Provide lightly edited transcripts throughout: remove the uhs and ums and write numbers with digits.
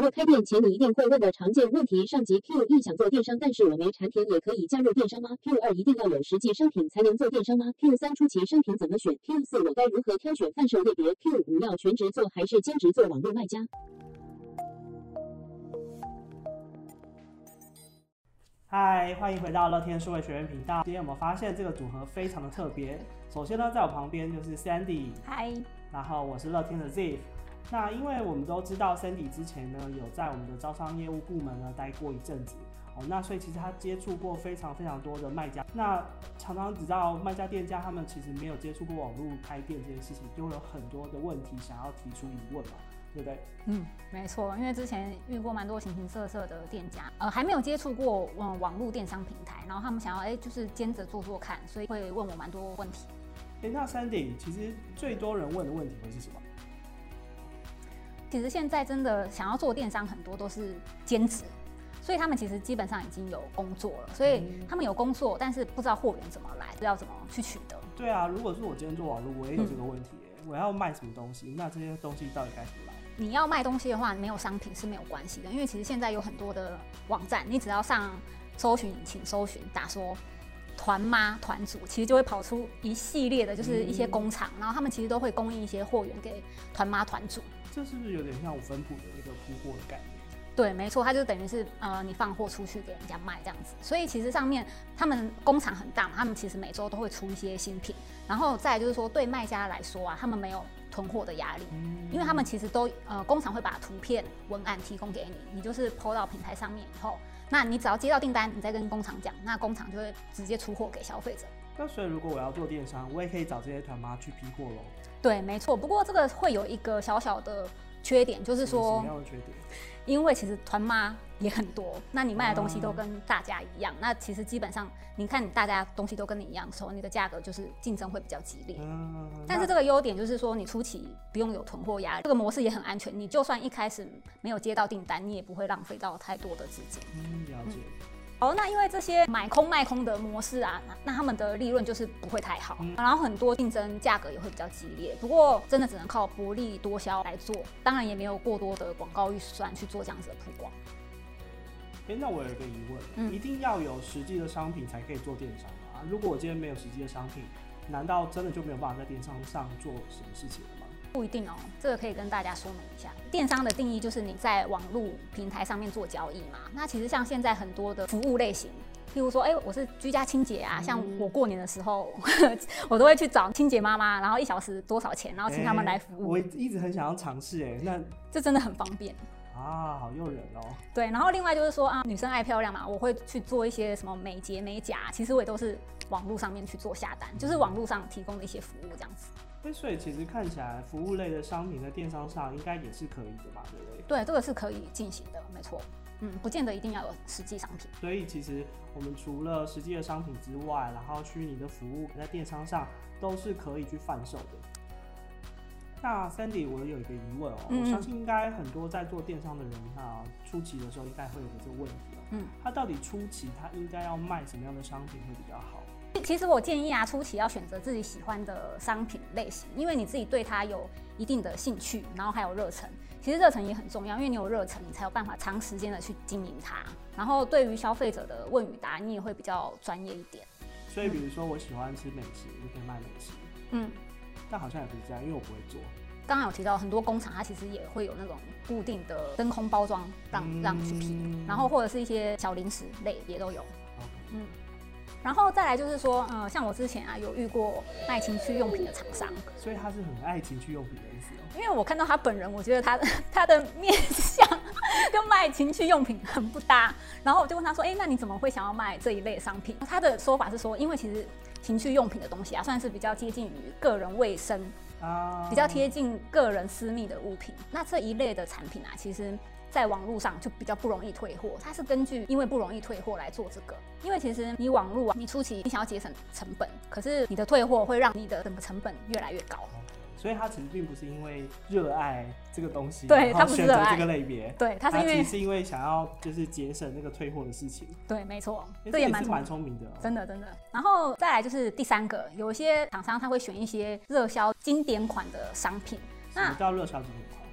个开店前你一定会问的常见问题。上集 Q1 想做电商，但是我没产品也可以加入电商吗？ Q2 一定要有实际商品才能做电商吗？ Q3 初期商品怎么选？ Q4 我该如何挑选贩售类别？ Q5 要全职做还是兼职做网络卖家？ 嗨，欢迎回到乐天数位学院频道。今天我们发现这个组合非常的特别。首先呢，在我旁边就是 Sandy， 嗨， 然后我是乐天的 Ziv。那因为我们都知道 Sandy 之前呢有在我们的招商业务部门呢待过一阵子那所以其实他接触过非常多的卖家。那常常只知道卖家店家他们其实没有接触过网络开店这件事情，就会有很多的问题想要提出疑问嘛。对不对？ 没错，因为之前遇过蛮多形形色色的店家，还没有接触过网络电商平台，然后他们想要就是兼着做看，所以会问我蛮多问题。 那 Sandy 其实最多人问的问题会是什么？ 其实现在真的想要做电商，很多都是兼职，所以他们其实基本上已经有工作了，所以他们有工作，但是不知道货源怎么来，不知道怎么去取得。 对啊，如果是我今天做网络，我也有这个问题我要卖什么东西？那这些东西到底该怎么来？ 你要卖东西的话，没有商品是没有关系的，因为其实现在有很多的网站，你只要上搜寻引擎搜寻，打说团妈、团主，其实就会跑出一系列的，就是一些工厂，然后他们其实都会供应一些货源给团妈、团主。 这是不是有点像五分埔的一个铺货的概念？ 对，没错，它就等于是你放货出去给人家卖这样子，所以其实上面他们工厂很大嘛，他们其实每周都会出一些新品，然后再来就是说对卖家来说啊，他们没有囤货的压力，因为他们其实都工厂会把图片文案提供给你，你就是 po 到平台上面以后，那你只要接到订单，你再跟工厂讲，那工厂就会直接出货给消费者。 那所以如果我要做电商，我也可以找这些团妈去批货咯。 对，没错，不过这个会有一个小小的缺点，就是说什么样的缺点？ 因为其实团妈也很多，那你卖的东西都跟大家一样，那其实基本上你看你大家东西都跟你一样的时候，你的价格就是竞争会比较激烈。但是这个优点就是说你初期不用有囤货压力，这个模式也很安全，你就算一开始没有接到订单，你也不会浪费到太多的资金。 了解。 好，那因为这些买空卖空的模式啊，那他们的利润就是不会太好，然后很多竞争价格也会比较激烈。不过真的只能靠薄利多销来做，当然也没有过多的广告预算去做这样子的曝光。 那我有一个疑问，一定要有实际的商品才可以做电商吗？如果我今天没有实际的商品，难道真的就没有办法在电商上做什么事情了吗？ 不一定哦，这个可以跟大家说明一下。电商的定义就是你在网络平台上面做交易嘛。那其实像现在很多的服务类型，譬如说，我是居家清洁啊，像我过年的时候，我都会去找清洁妈妈，然后1小时多少钱，然后请他们来服务。 我一直很想要尝试那这真的很方便。 好诱人哦。 对，然后另外就是说女生爱漂亮嘛，我会去做一些什么美睫、美甲，其实我也都是网络上面去做下单，就是网络上提供的一些服务这样子。 所以其实看起来服务类的商品在电商上应该也是可以的嘛，对不对？ 对，这个是可以进行的，没错。不见得一定要有实际商品。 所以其实我们除了实际的商品之外，然后虚拟的服务在电商上都是可以去贩售的。那 Sandy， 我有一个疑问我相信应该很多在做电商的人初期的时候应该会有这个问题他到底初期他应该要卖什么样的商品会比较好？ 其实我建议初期要选择自己喜欢的商品类型，因为你自己对它有一定的兴趣，然后还有热忱。其实热忱也很重要，因为你有热忱，你才有办法长时间的去经营它。然后对于消费者的问与答，你也会比较专业一点。 所以比如说我喜欢吃美食，就可以卖美食。但好像也不是这样，因为我不会做。 刚刚有提到很多工厂，它其实也会有那种固定的真空包装让你去批，然后或者是一些小零食类也都有。然后再来就是说，像我之前有遇过卖情趣用品的厂商， 所以他是很爱情趣用品的意思因为我看到他本人，我觉得他的面相跟卖情趣用品很不搭，然后我就问他说，那你怎么会想要卖这一类商品？他的说法是说，因为其实情趣用品的东西算是比较接近于个人卫生，比较贴近个人私密的物品。那这一类的产品其实在网络上就比较不容易退货，它是根据因为不容易退货来做这个。因为其实你网络你初期你想要节省成本，可是你的退货会让你的整个成本越来越高。 所以他其实并不是因为热爱这个东西， 对，他不是热爱选择这个类别， 对，他是因为想要就是节省那个退货的事情。 对，没错， 这也蛮聪明的真的。然后再来就是第三个，有一些厂商他会选一些热销经典款的商品。 什么叫热销经典款？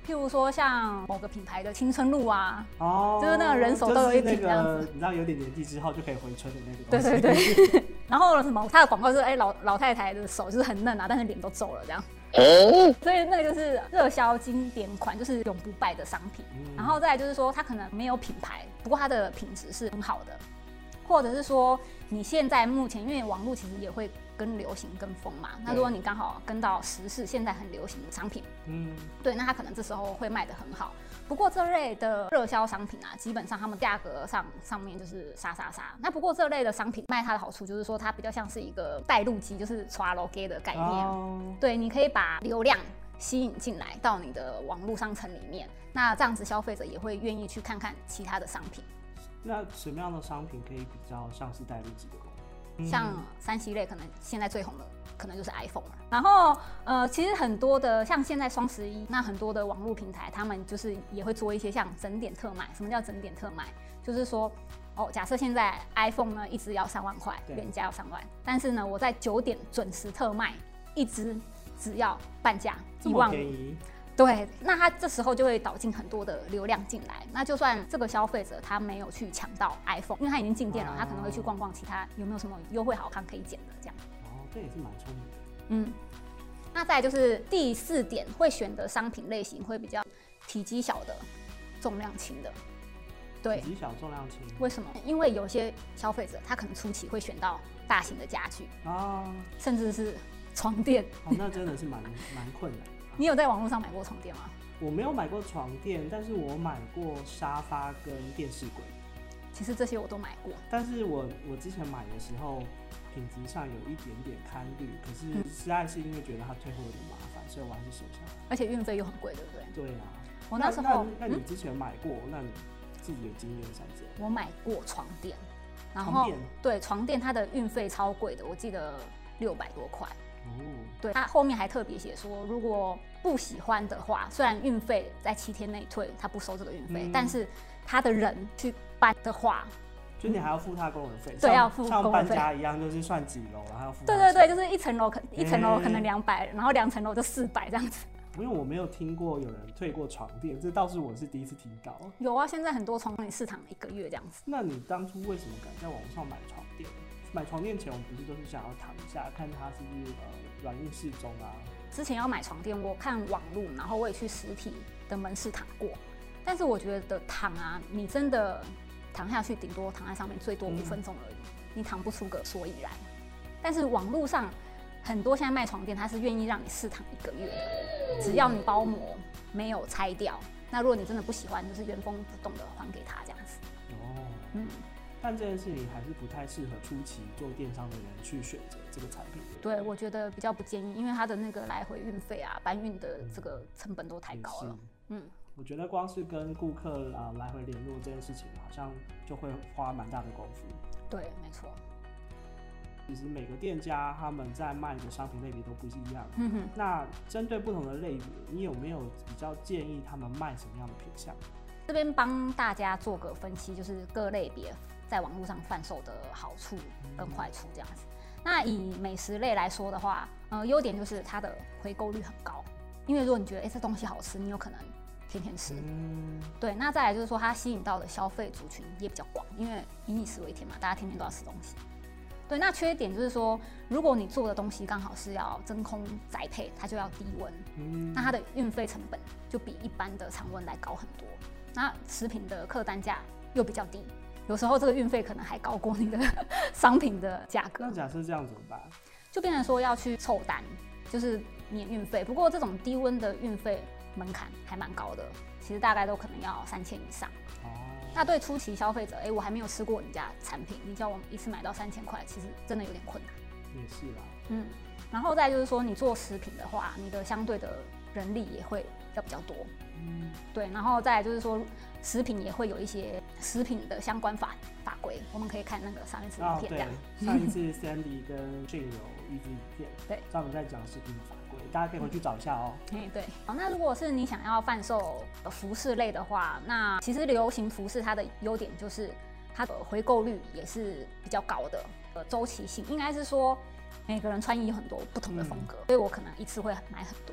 譬如说像某个品牌的青春露啊， 哦， 就是那个人手都有一瓶这样子， 你知道有点年纪之后就可以回春的那个东西。对对对。然后什么，它的广告是老太太的手就是很嫩啊，但是脸都皱了这样。所以那个就是热销经典款，就是永不败的商品。然后再来就是说，它可能没有品牌，不过它的品质是很好的，或者是说你现在目前因为网络其实也会跟流行跟风嘛，那如果你刚好跟到时事现在很流行的商品，对，那它可能这时候会卖得很好。不过这类的热销商品啊，基本上他们价格上面就是杀。那不过这类的商品卖它的好处就是说，它比较像是一个带路机，就是刷楼给的概念。对，你可以把流量吸引进来到你的网络商城里面，那这样子消费者也会愿意去看看其他的商品。 那什么样的商品可以比较像是带路机的功能？ 像3C类，可能现在最红的可能就是 iPhone 了。然后其实很多的像现在双11，那很多的网络平台，他们就是也会做一些像整点特卖。什么叫整点特卖？就是说假设现在 iPhone 呢一支要3万块，原价要3万，但是呢我在9点准时特卖，一支只要半价1万5。对，那他这时候就会导进很多的流量进来。那就算这个消费者他没有去抢到 iPhone， 因为他已经进店了，他可能会去逛逛其他有没有什么优惠好康可以捡的这样。 这也是蛮聪明的。 那再来就是第4点，会选的商品类型会比较体积小的、重量轻的。对， 体积小、重量轻。为什么？因为有些消费者他可能初期会选到大型的家具甚至是床垫。 那真的是蛮困难的。 你有在网络上买过床垫吗？ 我没有买过床垫，但是我买过沙发跟电视柜。 其实这些我都买过， 但是我之前买的时候，品质上有一点点堪虑，可是实在是因为觉得它退货有点麻烦，所以我还是收下来。 而且运费又很贵，对不对？ 对啊。 我那时候， 那你之前买过，那你自己有经验才知道。 我买过床垫，然后对床垫它的运费超贵的，我记得600多块。对，他后面还特别写说，如果不喜欢的话，虽然运费在7天内退，他不收这个运费，但是他的人去搬的话， 就你还要付他工人费。 对，要付工人费。 像搬家一样，就是算几楼，然后要付。 对，就是一层楼可能200，然后2层楼就400这样子。 因为我没有听过有人退过床垫，这倒是我是第一次听到。 有啊，现在很多床垫市场1个月这样子。 那你当初为什么敢在网上买床垫？买床垫前，我们不是都是想要躺一下，看它是不是软硬适中啊？ 之前要买床垫，我看网路，然后我也去实体的门市躺过。但是我觉得躺啊，你真的躺下去，顶多躺在上面最多5分钟而已，你躺不出个所以然。但是网路上很多现在卖床垫，它是愿意让你试躺1个月的，只要你包膜没有拆掉。那如果你真的不喜欢，就是原封不动的还给他这样子。 但这件事情还是不太适合初期做电商的人去选择这个产品。 对，我觉得比较不建议，因为它的那个来回运费啊、搬运的这个成本都太高了。 我觉得光是跟顾客来回联络这件事情，好像就会花蛮大的功夫。 对，没错。 其实每个店家他们在卖的商品类别都不是一样的。那针对不同的类别，你有没有比较建议他们卖什么样的品项？ 这边帮大家做个分析，就是各类别在网络上贩售的好处跟坏处这样子。那以美食类来说的话，优点就是它的回购率很高，因为如果你觉得这东西好吃，你有可能天天吃。对，那再来就是说它吸引到的消费族群也比较广，因为以你食为天嘛，大家天天都要吃东西。对，那缺点就是说，如果你做的东西刚好是要真空宅配，它就要低温，那它的运费成本就比一般的常温来高很多。那食品的客单价又比较低，有时候这个运费可能还高过你的商品的价格。 那假设这样怎么办？ 就变成说要去凑单，就是免运费。不过这种低温的运费门槛还蛮高的，其实大概都可能要3000以上。那对初期消费者，我还没有吃过你家产品，你叫我一次买到3000块，其实真的有点困难。 也是啦。 然后再就是说，你做食品的话，你的相对的人力也会要比较多。对，然后再来就是说，食品也会有一些食品的相关法规，我们可以看那个上一次影片这样。 上一次 Sandy 跟 Jane 有一支影片， 对， 专门在讲食品的法规，大家可以回去找一下哦。 对。好，那如果是你想要贩售服饰类的话，那其实流行服饰它的优点就是它的回购率也是比较高的，周期性应该是说每个人穿衣有很多不同的风格，所以我可能一次会买很多。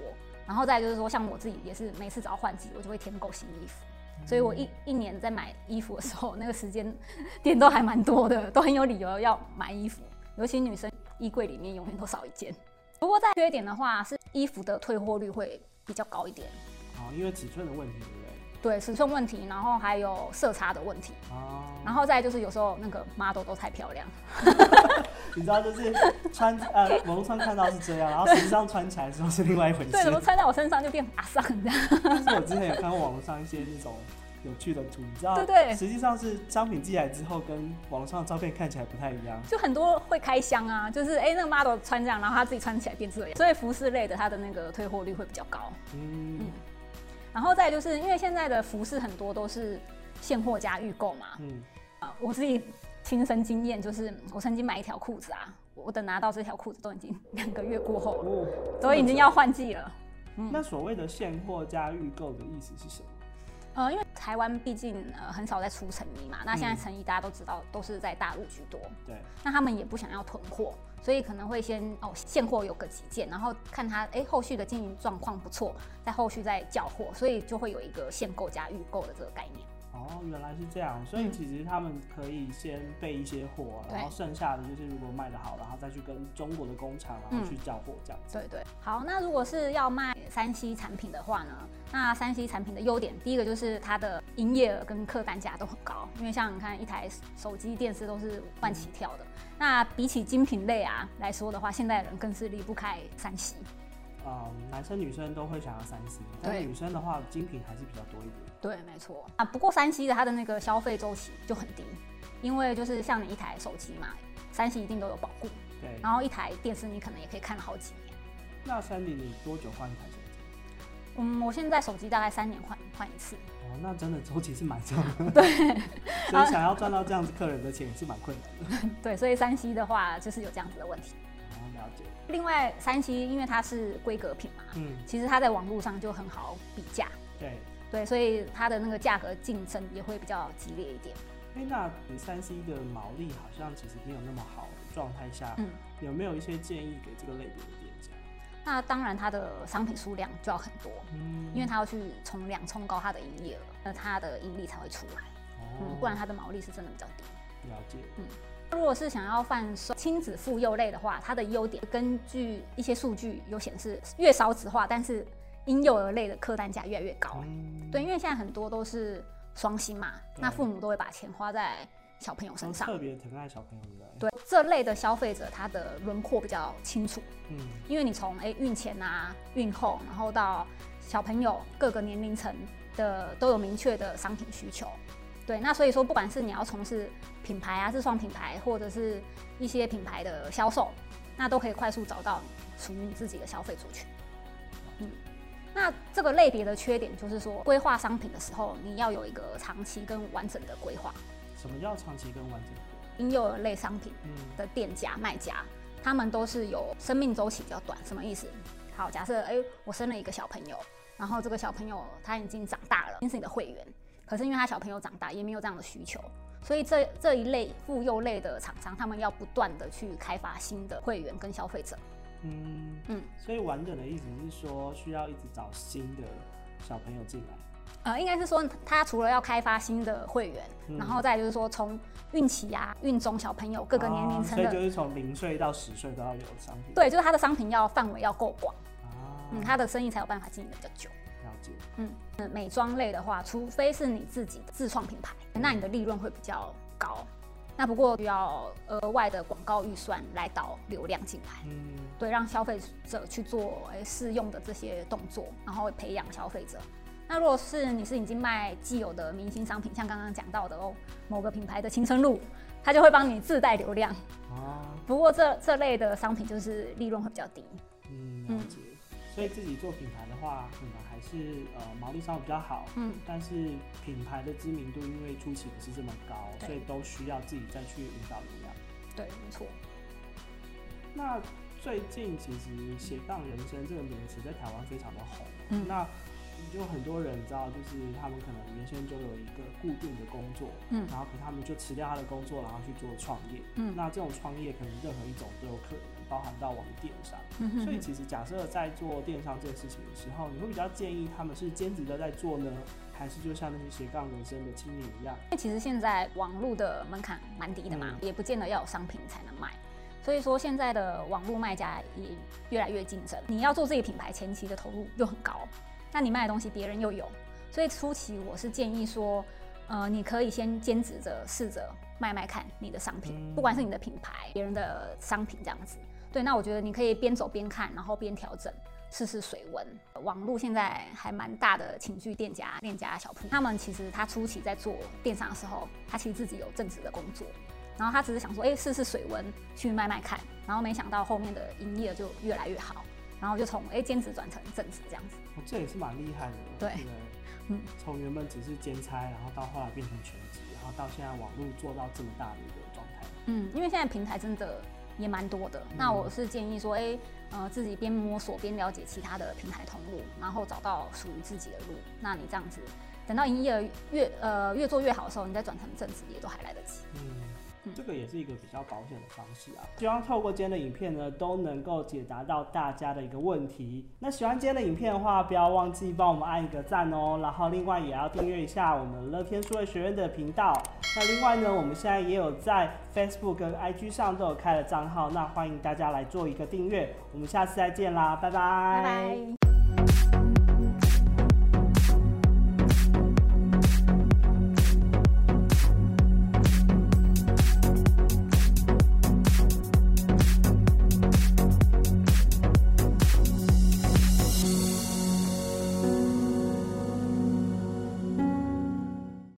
然后再就是说，像我自己也是每次只要换季，我就会添购新衣服。所以我一年在买衣服的时候，那个时间点都还蛮多的，都很有理由要买衣服。尤其女生衣柜里面永远都少一件。不过在缺点的话，是衣服的退货率会比较高一点。 因为尺寸的问题，对不对？ 对，尺寸问题，然后还有色差的问题。然后再就是有时候那个 model 都太漂亮。 你知道，就是网络上看到是这样，然后实际上穿起来的时候是另外一回事。 对，怎么穿在我身上就变阿桑这样。 但是我之前有看过网络上一些那种有趣的图，你知道， 对， 实际上是商品寄来之后跟网上的照片看起来不太一样， 就很多会开箱啊，就是那个 model 穿这样，然后他自己穿起来变这样，所以服饰类的它的那个退货率会比较高。然后再就是因为现在的服饰很多都是现货加预购嘛，我自己亲身经验就是我曾经买一条裤子啊，我等拿到这条裤子都已经2个月过后了，都已经要换季了。 那所谓的现货加预购的意思是什么？ 因为台湾毕竟很少在出成衣嘛，那现在成衣大家都知道都是在大陆居多， 对， 那他们也不想要囤货，所以可能会先现货有个几件，然后看他后续的经营状况不错，在后续再叫货，所以就会有一个现购加预购的这个概念。 原来是这样，所以其实他们可以先备一些货，然后剩下的就是如果卖得好，然后再去跟中国的工厂，然后去叫货这样子。 对。好，那如果是要卖3C 产品的话呢，那3C 产品的优点，第一个就是它的营业额跟客单价都很高，因为像你看一台手机、电视都是万起跳的。那比起精品类来说的话，现代人更是离不开3C。 男生女生都会想要3C，但是女生的话精品还是比较多一点。 对，没错不过3C 的它的那个消费周期就很低，因为就是像你一台手机嘛，3C 一定都有保固， 对， 然后一台电视你可能也可以看好几年。 那Sandy你多久换一台手机？我现在手机大概3年换一次。 那真的周期是蛮长的。 对， 所以想要赚到这样子客人的钱也是蛮困难的。 对，所以3C 的话就是有这样子的问题。 了解。 另外3C 因为它是规格品嘛，其实它在网络上就很好比价。对，所以它的那个价格竞争也会比较激烈一点。 那你3C 的毛利好像其实没有那么好的状态下，有没有一些建议给这个类别的店家？ 那当然，它的商品数量就要很多，因为它要去冲量冲高它的营业额，那它的盈利才会出来。不然它的毛利是真的比较低。 了解。 如果是想要贩售亲子妇幼类的话，它的优点根据一些数据有显示，越少子化，但是婴幼儿类的客单价越来越高。对，因为现在很多都是双薪嘛，那父母都会把钱花在小朋友身上， 特别疼爱小朋友。 对，这类的消费者他的轮廓比较清楚。因为你从孕前孕后，然后到小朋友各个年龄层的都有明确的商品需求。对，那所以说不管是你要从事品牌自创品牌，或者是一些品牌的销售，那都可以快速找到属于你自己的消费族群。那这个类别的缺点就是说，规划商品的时候，你要有一个长期跟完整的规划。 什么叫长期跟完整的？ 婴幼儿类商品的店家、卖家，他们都是有生命周期比较短。什么意思？好，假设我生了一个小朋友，然后这个小朋友他已经长大了，已经是你的会员。可是因为他小朋友长大，也没有这样的需求，所以这一类妇幼类的厂商，他们要不断的去开发新的会员跟消费者。 所以完整的意思是说，需要一直找新的小朋友进来。 应该是说，他除了要开发新的会员，然后再就是说，从孕期孕中小朋友各个年龄层的， 所以就是从0岁到10岁都要有商品。 对，就是他的商品范围要够广，他的生意才有办法经营的比较久。 了解。 美妆类的话，除非是你自己的自创品牌，那你的利润会比较高。那不过需要额外的广告预算来导流量进来，对，让消费者去做试用的这些动作，然后培养消费者。那如果是你是已经卖既有的明星商品，像刚刚讲到的某个品牌的青春露，它就会帮你自带流量。不过这类的商品就是利润会比较低。 了解。所以自己做品牌的话，可能还是毛利稍微比较好，但是品牌的知名度因为初期不是这么高，所以都需要自己再去引导流量。 对，没错。 那最近其实斜杠人生这个名词在台湾非常的红，那就很多人你知道，就是他们可能原先就有一个固定的工作，然后可他们就辞掉他的工作，然后去做创业，那这种创业可能任何一种都有可能，包含到网电商，所以其实假设在做电商这个事情的时候，你会比较建议他们是兼职的在做呢，还是就像那些斜杠人生的青年一样？ 因为其实现在网络的门槛蛮低的嘛，也不见得要有商品才能卖。所以说现在的网络卖家也越来越竞争，你要做自己品牌，前期的投入又很高，那你卖的东西别人又有，所以初期我是建议说，你可以先兼职着试着卖卖看你的商品，不管是你的品牌、别人的商品这样子。对，那我觉得你可以边走边看，然后边调整，试试水温。网络现在还蛮大的情趣店家、小铺，他们其实他初期在做电商的时候，他其实自己有正职的工作。然后他只是想说，试试水温去卖卖看，然后没想到后面的营业就越来越好，然后就从兼职转成正职这样子。 这也是蛮厉害的， 对， 从原本只是兼差，然后到后来变成全职，然后到现在网络做到这么大的一个状态。 因为现在平台真的也蛮多的，那我是建议说，自己边摸索边了解其他的平台通路，然后找到属于自己的路。那你这样子，等到营业越做越好的时候，你再转成正职也都还来得及。 这个也是一个比较保险的方式啊。希望透过今天的影片呢，都能够解答到大家的一个问题。那喜欢今天的影片的话，不要忘记帮我们按一个赞哦。然后另外也要订阅一下我们乐天数位学院的频道。那另外呢，我们现在也有在 Facebook 跟 IG 上都有开了账号，那欢迎大家来做一个订阅。我们下次再见啦，拜拜。 拜拜。